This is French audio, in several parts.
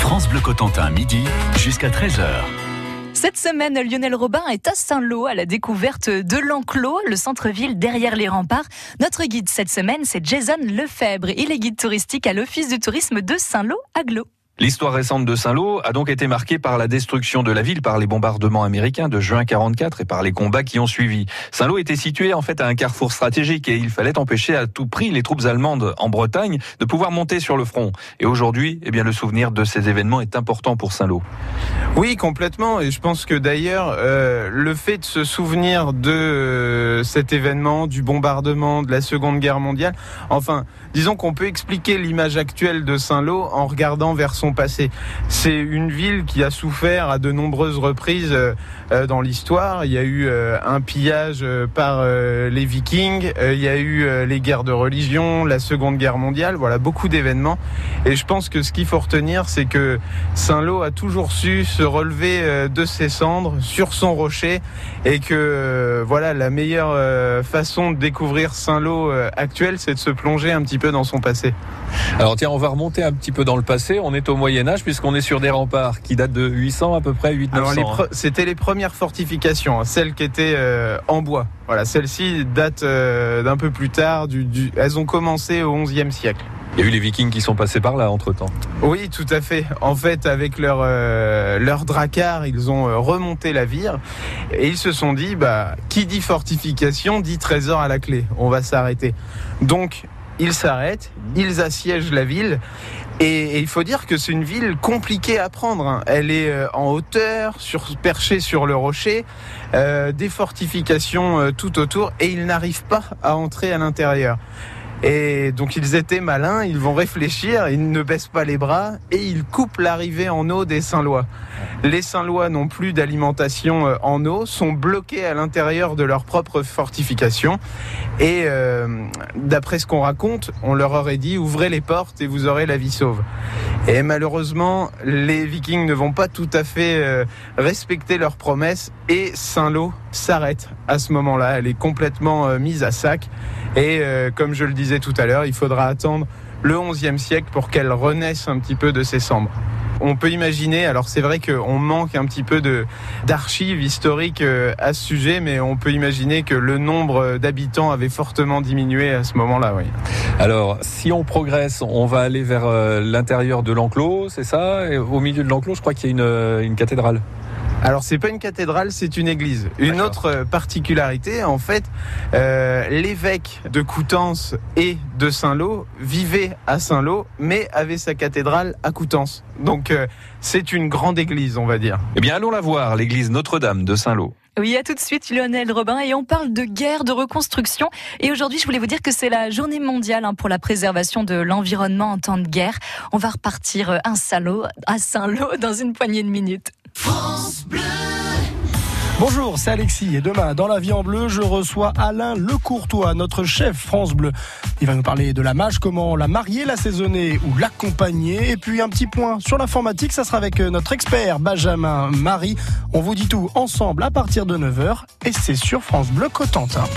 France Bleu Cotentin, midi jusqu'à 13h. Cette semaine, Lionel Robin est à Saint-Lô à la découverte de l'Enclos, le centre-ville derrière les remparts. Notre guide cette semaine, c'est Jason Lefebvre. Il est guide touristique à l'Office du tourisme de Saint-Lô-Aglo. L'histoire récente de Saint-Lô a donc été marquée par la destruction de la ville par les bombardements américains de juin 44 et par les combats qui ont suivi. Saint-Lô était situé en fait à un carrefour stratégique et il fallait empêcher à tout prix les troupes allemandes en Bretagne de pouvoir monter sur le front. Et aujourd'hui, le souvenir de ces événements est important pour Saint-Lô. Oui, complètement. Et je pense que d'ailleurs, le fait de se souvenir de cet événement, du bombardement, de la Seconde Guerre mondiale, enfin, disons qu'on peut expliquer l'image actuelle de Saint-Lô en regardant vers son passé. C'est une ville qui a souffert à de nombreuses reprises dans l'histoire. Il y a eu un pillage par les Vikings, il y a eu les guerres de religion, la Seconde Guerre mondiale, voilà, beaucoup d'événements. Et je pense que ce qu'il faut retenir, c'est que Saint-Lô a toujours su se relever de ses cendres sur son rocher et que voilà, la meilleure façon de découvrir Saint-Lô actuel, c'est de se plonger un petit peu dans son passé. Alors tiens, on va remonter un petit peu dans le passé. On est au Moyen-Âge puisqu'on est sur des remparts qui datent de 800 à peu près, 800-900. C'était les premières fortifications, celles qui étaient en bois. Voilà, celles-ci datent d'un peu plus tard. Elles ont commencé au XIe siècle. Il y a eu les Vikings qui sont passés par là entre-temps. Oui, tout à fait. En fait, avec leur drakkar, ils ont remonté la vire et ils se sont dit, qui dit fortification dit trésor à la clé. On va s'arrêter. Donc, ils s'arrêtent, ils assiègent la ville. Et il faut dire que c'est une ville compliquée à prendre. Elle est en hauteur, perchée sur le rocher, des fortifications tout autour, et ils n'arrivent pas à entrer à l'intérieur. Et donc ils étaient malins, ils vont réfléchir, ils ne baissent pas les bras et ils coupent l'arrivée en eau des Saint-Lois. Les Saint-Lois n'ont plus d'alimentation en eau, sont bloqués à l'intérieur de leur propre fortification. Et d'après ce qu'on raconte, on leur aurait dit « ouvrez les portes et vous aurez la vie sauve ». Et malheureusement, les Vikings ne vont pas tout à fait respecter leurs promesses et Saint-Lô s'arrête à ce moment-là. Elle est complètement mise à sac. Et comme je le disais tout à l'heure, il faudra attendre le XIe siècle pour qu'elle renaisse un petit peu de ses cendres. On peut imaginer, alors c'est vrai qu'on manque un petit peu d'archives historiques à ce sujet, mais on peut imaginer que le nombre d'habitants avait fortement diminué à ce moment-là, oui. Alors, si on progresse, on va aller vers l'intérieur de l'enclos, c'est ça ? Et au milieu de l'enclos, je crois qu'il y a une cathédrale. Alors c'est pas une cathédrale, c'est une église. Une autre particularité, en fait, l'évêque de Coutances et de Saint-Lô vivait à Saint-Lô, mais avait sa cathédrale à Coutances. Donc c'est une grande église, on va dire. Eh bien allons la voir, l'église Notre-Dame de Saint-Lô. Oui, à tout de suite Lionel Robin, et on parle de guerre, de reconstruction. Et aujourd'hui, je voulais vous dire que c'est la journée mondiale pour la préservation de l'environnement en temps de guerre. On va repartir à Saint-Lô dans une poignée de minutes. France Bleu. Bonjour, c'est Alexis et demain, dans La Vie en Bleu, je reçois Alain Lecourtois, notre chef France Bleu. Il va nous parler de la mâche, comment la marier, l'assaisonner ou l'accompagner. Et puis un petit point sur l'informatique, ça sera avec notre expert Benjamin Marie. On vous dit tout ensemble à partir de 9h et c'est sur France Bleu Cotentin.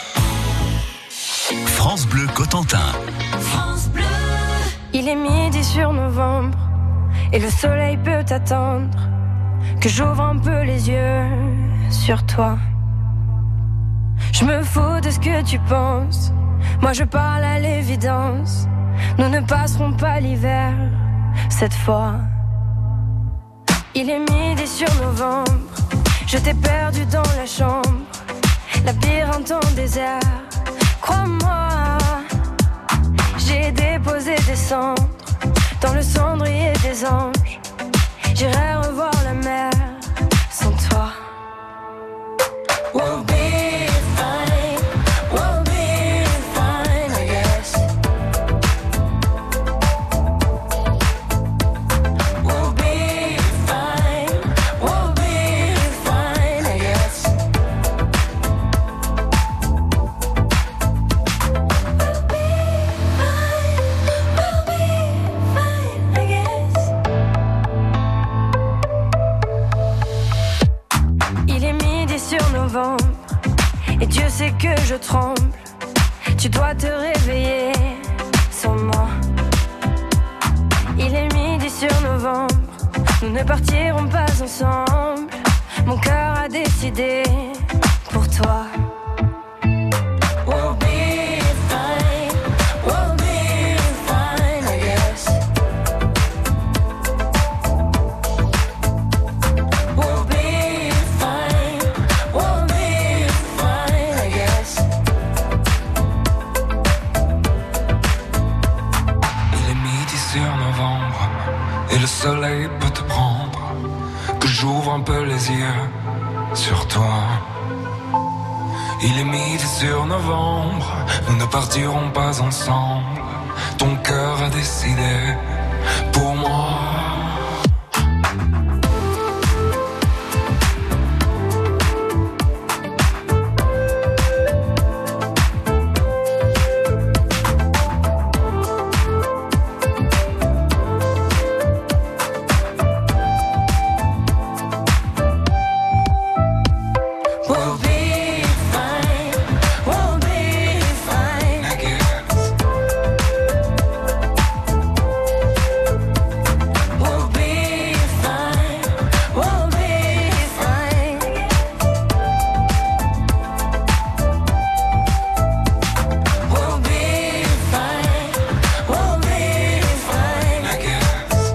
France Bleu Cotentin. France Bleu. Il est midi sur novembre et le soleil peut attendre que j'ouvre un peu les yeux sur toi. Je me fous de ce que tu penses, moi je parle à l'évidence. Nous ne passerons pas l'hiver cette fois. Il est midi sur novembre, je t'ai perdu dans la chambre, labyrinthe en désert. Crois-moi, j'ai déposé des cendres dans le cendrier des anges. J'irai revoir la mer sans toi. We'll be fine, I guess. We'll be fine, I guess. Et Dieu sait que je tremble. Tu dois te réveiller sans moi. Il est midi sur novembre Nous ne partirons pas ensemble. Mon cœur a décidé pour toi. We'll be fine, we'll be fine, I guess. We'll be fine, we'll be fine, I guess. Il est midi sur novembre et le soleil peut te prendre. Que j'ouvre un peu les yeux sur toi. Il est midi sur novembre, nous ne partirons pas ensemble. Ton cœur a décidé pour moi. We'll be fine, we'll be fine. I guess. We'll be fine, we'll be fine. We'll be fine, we'll be fine. I guess.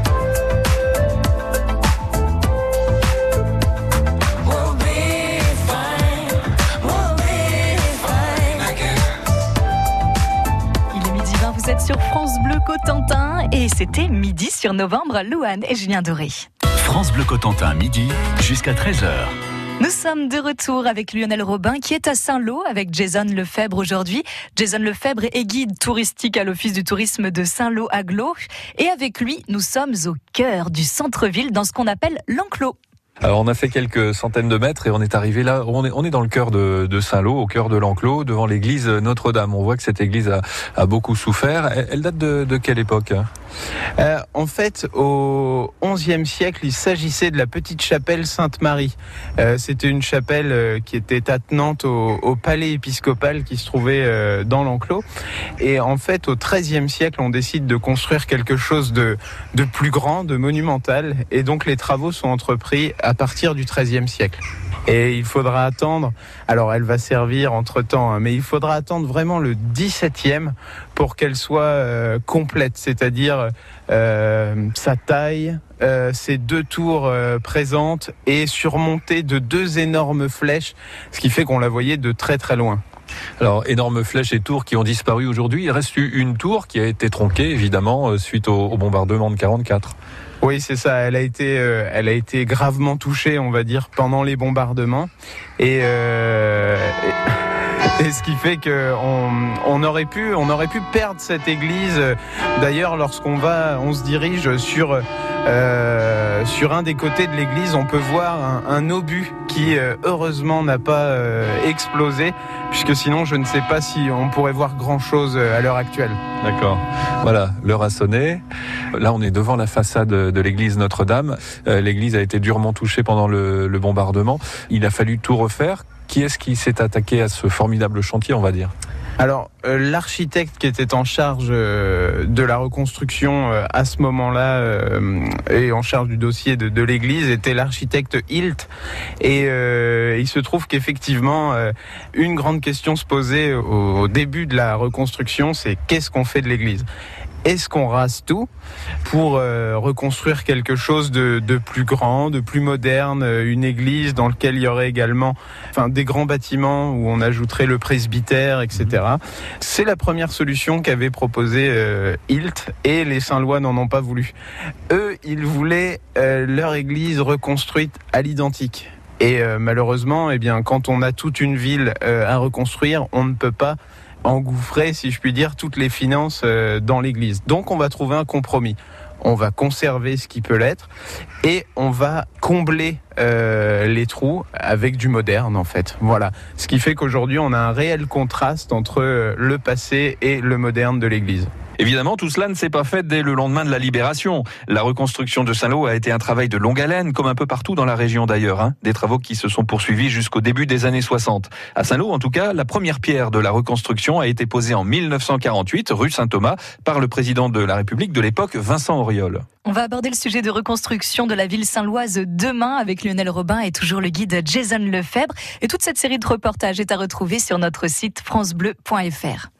We'll be fine, we'll be fine. I guess. Il est midi 20, vous êtes sur France Bleu Cotentin et c'était midi sur novembre, Louane et Julien Doré. France Bleu Cotentin, midi jusqu'à 13h. Nous sommes de retour avec Lionel Robin qui est à Saint-Lô avec Jason Lefebvre aujourd'hui. Jason Lefebvre est guide touristique à l'Office du tourisme de Saint-Lô-Aglo et avec lui, nous sommes au cœur du centre-ville dans ce qu'on appelle l'enclos. Alors on a fait quelques centaines de mètres et on est arrivé là, on est dans le cœur de Saint-Lô, au cœur de l'enclos, devant l'église Notre-Dame. On voit que cette église a beaucoup souffert. Elle date de quelle époque ? En fait, au XIe siècle, il s'agissait de la petite chapelle Sainte-Marie. C'était une chapelle qui était attenante au palais épiscopal qui se trouvait dans l'enclos. Et en fait, au XIIIe siècle, on décide de construire quelque chose de plus grand, de monumental. Et donc, les travaux sont entrepris à partir du XIIIe siècle. Et il faudra attendre, alors elle va servir entre-temps, mais il faudra attendre vraiment le XVIIe pour qu'elle soit complète, c'est-à-dire sa taille, ses deux tours présentes et surmontée de deux énormes flèches, ce qui fait qu'on la voyait de très très loin. Alors, énormes flèches et tours qui ont disparu aujourd'hui. Il reste une tour qui a été tronquée, évidemment, suite au bombardement de 44. Oui, c'est ça. Elle a été gravement touchée, on va dire, pendant les bombardements. Et ce qui fait qu'on aurait pu perdre cette église. D'ailleurs, lorsqu'on se dirige sur un des côtés de l'église, on peut voir un obus qui, heureusement, n'a pas explosé, puisque sinon, je ne sais pas si on pourrait voir grand-chose à l'heure actuelle. D'accord. Voilà, l'heure a sonné. Là, on est devant la façade de l'église Notre-Dame. L'église a été durement touchée pendant le bombardement. Il a fallu tout refaire. Qui est-ce qui s'est attaqué à ce formidable chantier, on va dire ? Alors, l'architecte qui était en charge de la reconstruction à ce moment-là et en charge du dossier de l'église était l'architecte Hilt. Et il se trouve qu'effectivement, une grande question se posait au début de la reconstruction, c'est qu'est-ce qu'on fait de l'église ? Est-ce qu'on rase tout pour reconstruire quelque chose de plus grand, de plus moderne, une église dans laquelle il y aurait également des grands bâtiments où on ajouterait le presbytère, etc. C'est la première solution qu'avait proposée Hilt et les Saint-Lois n'en ont pas voulu. Eux, ils voulaient leur église reconstruite à l'identique. Et malheureusement, quand on a toute une ville à reconstruire, on ne peut pas engouffrer, si je puis dire, toutes les finances dans l'église. Donc on va trouver un compromis. On va conserver ce qui peut l'être et on va combler les trous avec du moderne en fait. Voilà. Ce qui fait qu'aujourd'hui on a un réel contraste entre le passé et le moderne de l'église. Évidemment, tout cela ne s'est pas fait dès le lendemain de la Libération. La reconstruction de Saint-Lô a été un travail de longue haleine, comme un peu partout dans la région d'ailleurs. Des travaux qui se sont poursuivis jusqu'au début des années 60. À Saint-Lô, en tout cas, la première pierre de la reconstruction a été posée en 1948, rue Saint-Thomas, par le président de la République de l'époque, Vincent Auriol. On va aborder le sujet de reconstruction de la ville saint-loise demain avec Lionel Robin et toujours le guide Jason Lefebvre. Et toute cette série de reportages est à retrouver sur notre site francebleu.fr.